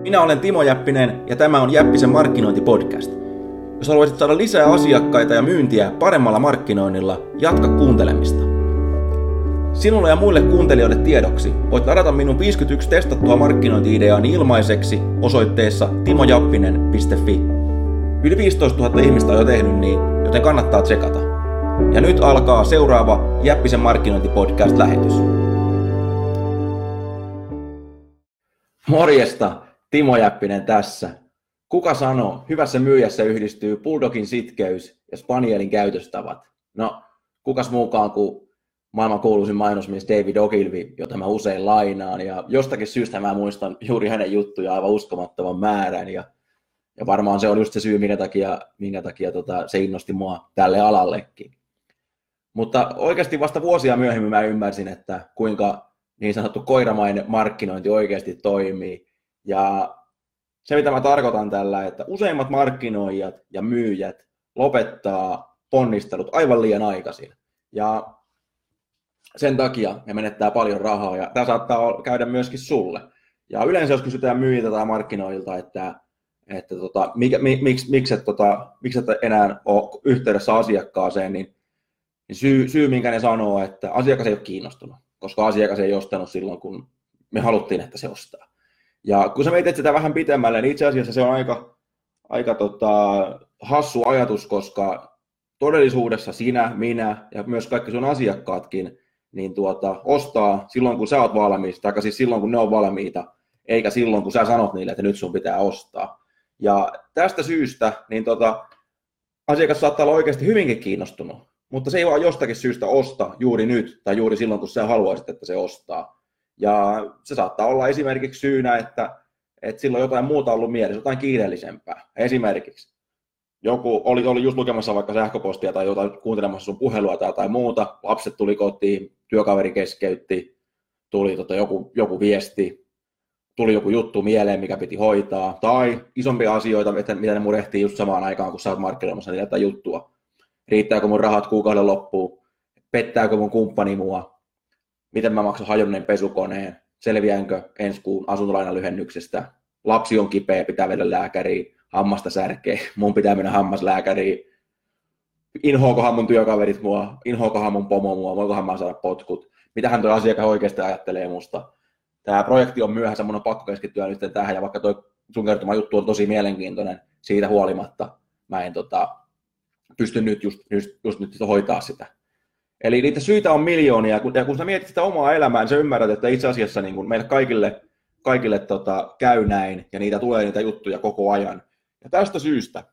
Minä olen Timo Jäppinen ja tämä on Jäppisen markkinointipodcast. Jos haluaisit saada lisää asiakkaita ja myyntiä paremmalla markkinoinnilla, jatka kuuntelemista. Sinulle ja muille kuuntelijoille tiedoksi voit ladata minun 51 testattua markkinointi-ideaani ilmaiseksi osoitteessa timojappinen.fi. Yli 15 000 ihmistä on jo tehnyt niin, joten kannattaa tsekata. Ja nyt alkaa seuraava Jäppisen markkinointipodcast-lähetys. Morjesta! Timo Jäppinen tässä. Kuka sanoo, hyvässä myyjässä yhdistyy Bulldogin sitkeys ja Spanielin käytöstavat? No, kukas muukaan kuin maailman kuuluisin mainosmies David Ogilvy, jota mä usein lainaan. Ja jostakin syystä mä muistan juuri hänen juttujaan aivan uskomattoman määrän. Ja varmaan se on just se syy, minkä takia se innosti mua tälle alallekin. Mutta oikeasti vasta vuosia myöhemmin mä ymmärsin, että kuinka niin sanottu koiramainen markkinointi oikeasti toimii. Ja se, mitä mä tarkoitan tällä, että useimmat markkinoijat ja myyjät lopettaa ponnistelut aivan liian aikaisin. Ja sen takia ne menettää paljon rahaa, ja tämä saattaa käydä myöskin sulle. Ja yleensä jos kysytään myyjiltä tai markkinoilta, että miksi et enää ole yhteydessä asiakkaaseen, niin syy, minkä ne sanoo, että asiakas ei ole kiinnostunut, koska asiakas ei ostanut silloin, kun me haluttiin, että se ostaa. Ja kun sä mietit sitä vähän pitemmälle, niin itse asiassa se on aika hassu ajatus, koska todellisuudessa sinä, minä ja myös kaikki sun asiakkaatkin niin ostaa silloin, kun sä oot valmis, tai siis silloin, kun ne on valmiita, eikä silloin, kun sä sanot niille, että nyt sun pitää ostaa. Ja tästä syystä niin asiakas saattaa olla oikeasti hyvinkin kiinnostunut, mutta se ei vaan jostakin syystä osta juuri nyt tai juuri silloin, kun sä haluaisit, että se ostaa. Ja se saattaa olla esimerkiksi syynä, että sillä on jotain muuta ollut mielessä, jotain kiireellisempää. Esimerkiksi joku oli just lukemassa vaikka sähköpostia tai jotain kuuntelemassa sun puhelua tai jotain muuta, lapset tuli kotiin, työkaveri keskeytti, tuli joku viesti, tuli joku juttu mieleen, mikä piti hoitaa, tai isompia asioita, mitä ne murehtii just samaan aikaan, kun sä oot markkinoimassa niitä juttua. Riittääkö mun rahat kuukauden loppuun? Pettääkö mun kumppani mua? Miten mä maksan hajonneen pesukoneen? Selviäänkö ensi kuun asuntolainan lyhennyksestä? Lapsi on kipeä, pitää mennä lääkäriin, hammasta särkee, mun pitää mennä hammaslääkäriin. Inhoakohan mun työkaverit mua, inhoakohan mun pomo mua, voikohan mä saada potkut? Mitähän toi asiakas oikeasti ajattelee musta? Tää projekti on myöhässä, mun on pakko keskittyä nyt tähän, ja vaikka toi sun kertoma juttu on tosi mielenkiintoinen, siitä huolimatta mä en pysty nyt just nyt hoitaa sitä. Eli niitä syitä on miljoonia, ja kun sä mietit sitä omaa elämää, niin sä ymmärrät, että itse asiassa niin kun meille kaikille käy näin, ja niitä juttuja koko ajan. Ja tästä syystä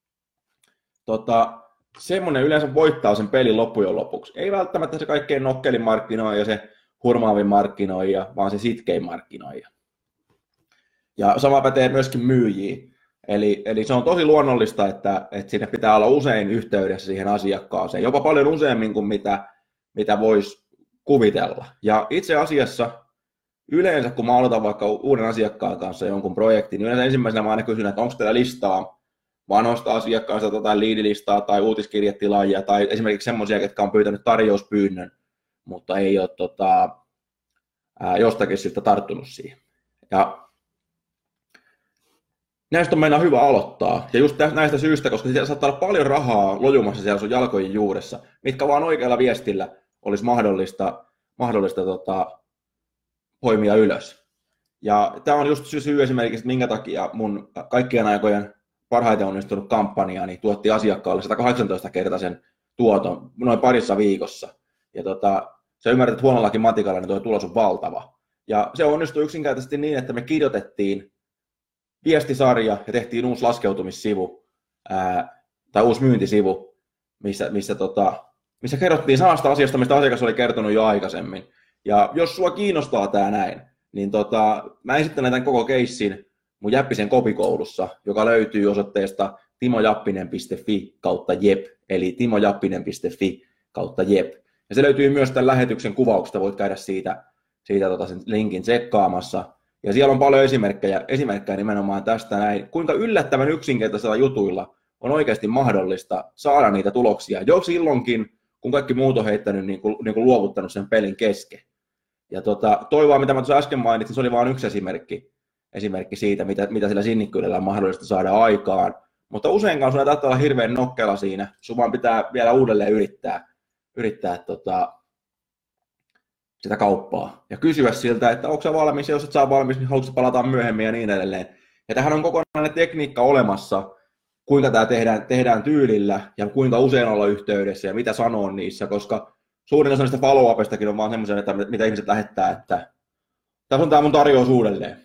semmoinen yleensä voittaa sen pelin loppujen lopuksi. Ei välttämättä se kaikkein nokkelin markkinoija, se hurmaavin markkinoija, vaan se sitkein markkinoija. Ja sama pätee myöskin myyjiin. Eli se on tosi luonnollista, että sinne pitää olla usein yhteydessä siihen asiakkaaseen, jopa paljon useammin kuin mitä voisi kuvitella. Ja itse asiassa yleensä, kun mä aloitan vaikka uuden asiakkaan kanssa jonkun projektin, niin yleensä ensimmäisenä mä aina kysyn, että onko teillä listaa vanhoista asiakkaista tai liidilistaa tai uutiskirjetilaajia tai esimerkiksi semmoisia, jotka on pyytänyt tarjouspyynnön, mutta ei ole jostakin syystä tarttunut siihen. Ja näistä on meidän hyvä aloittaa, ja just näistä syistä, koska siellä saattaa olla paljon rahaa lojumassa siellä sun jalkojen juuressa, mitkä vaan oikealla viestillä olisi mahdollista poimia ylös. Ja tämä on just syy esimerkiksi, minkä takia mun kaikkien aikojen parhaiten onnistunut kampanjani tuotti asiakkaalle 118-kertaisen tuoton noin parissa viikossa. Ja sä ymmärrät, että huonollakin matikalla niin tuo tulos on valtava. Ja se onnistui yksinkertaisesti niin, että me kirjoitettiin viestisarja ja tehtiin uusi laskeutumissivu tai uusi myyntisivu, missä kerrottiin samasta asiasta, mistä asiakas oli kertonut jo aikaisemmin. Ja jos sua kiinnostaa tää näin, niin mä esittelen tämän koko keissin mun Jäppisen kopikoulussa, joka löytyy osoitteesta timojappinen.fi/jep, eli timojappinen.fi/jep. Ja se löytyy myös tämän lähetyksen kuvauksesta, voit käydä siitä sen linkin tsekkaamassa. Ja siellä on paljon esimerkkejä nimenomaan tästä näin, kuinka yllättävän yksinkertaisilla jutuilla on oikeasti mahdollista saada niitä tuloksia jo silloinkin, kun kaikki muut on heittänyt niin kuin luovuttanut sen pelin kesken. Ja toi vaan, mitä mä tuossa äsken mainitsin, se oli vain yksi esimerkki. esimerkki siitä, mitä sillä sinnikkyydellä on mahdollista saada aikaan. Mutta useinkaan sun ei tarvitse olla hirveän nokkela siinä. Sun vaan pitää vielä uudelleen yrittää sitä kauppaa. Ja kysyä siltä, että onko sä valmis, ja jos et saa valmis, niin haluatko palata myöhemmin ja niin edelleen. Ja tähän on kokonainen tekniikka olemassa, kuinka tämä tehdään tyylillä ja kuinka usein olla yhteydessä ja mitä sanoa niissä, koska suurin osa niistä follow-upeistakin on vaan semmoisia, että mitä ihmiset lähettää, että tässä on tämä mun tarjous uudelleen.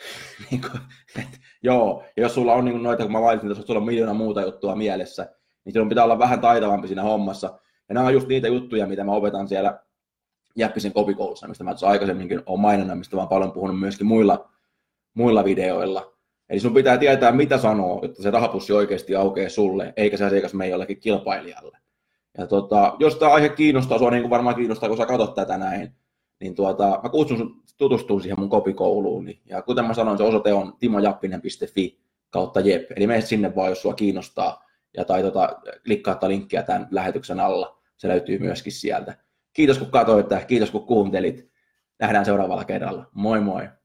Joo, ja jos sulla on niin noita, kun mä valitsin, että sulla on miljoona muuta juttua mielessä, niin silloin pitää olla vähän taitavampi siinä hommassa. Ja nämä on just niitä juttuja, mitä mä opetan siellä Jäppisen kopikoulussa, mistä mä tuossa aikaisemminkin olen maininnut, mistä mä oon paljon puhunut myöskin muilla videoilla. Eli sun pitää tietää, mitä sanoo, jotta se rahapussi oikeasti aukeaa sulle, eikä se asiakas mene jollekin kilpailijalle. Ja jos tämä aihe kiinnostaa, sua niin kuin varmaan kiinnostaa, kun sä katsot tätä näin, niin mä kutsun sun tutustumaan siihen mun kopikouluun. Ja kuten mä sanoin, se osoite on timojappinen.fi/jep. Eli mene sinne vaan, jos sua kiinnostaa. Tai klikkaa linkkiä tämän lähetyksen alla. Se löytyy myöskin sieltä. Kiitos kun katsoit, kiitos kun kuuntelit. Nähdään seuraavalla kerralla. Moi moi!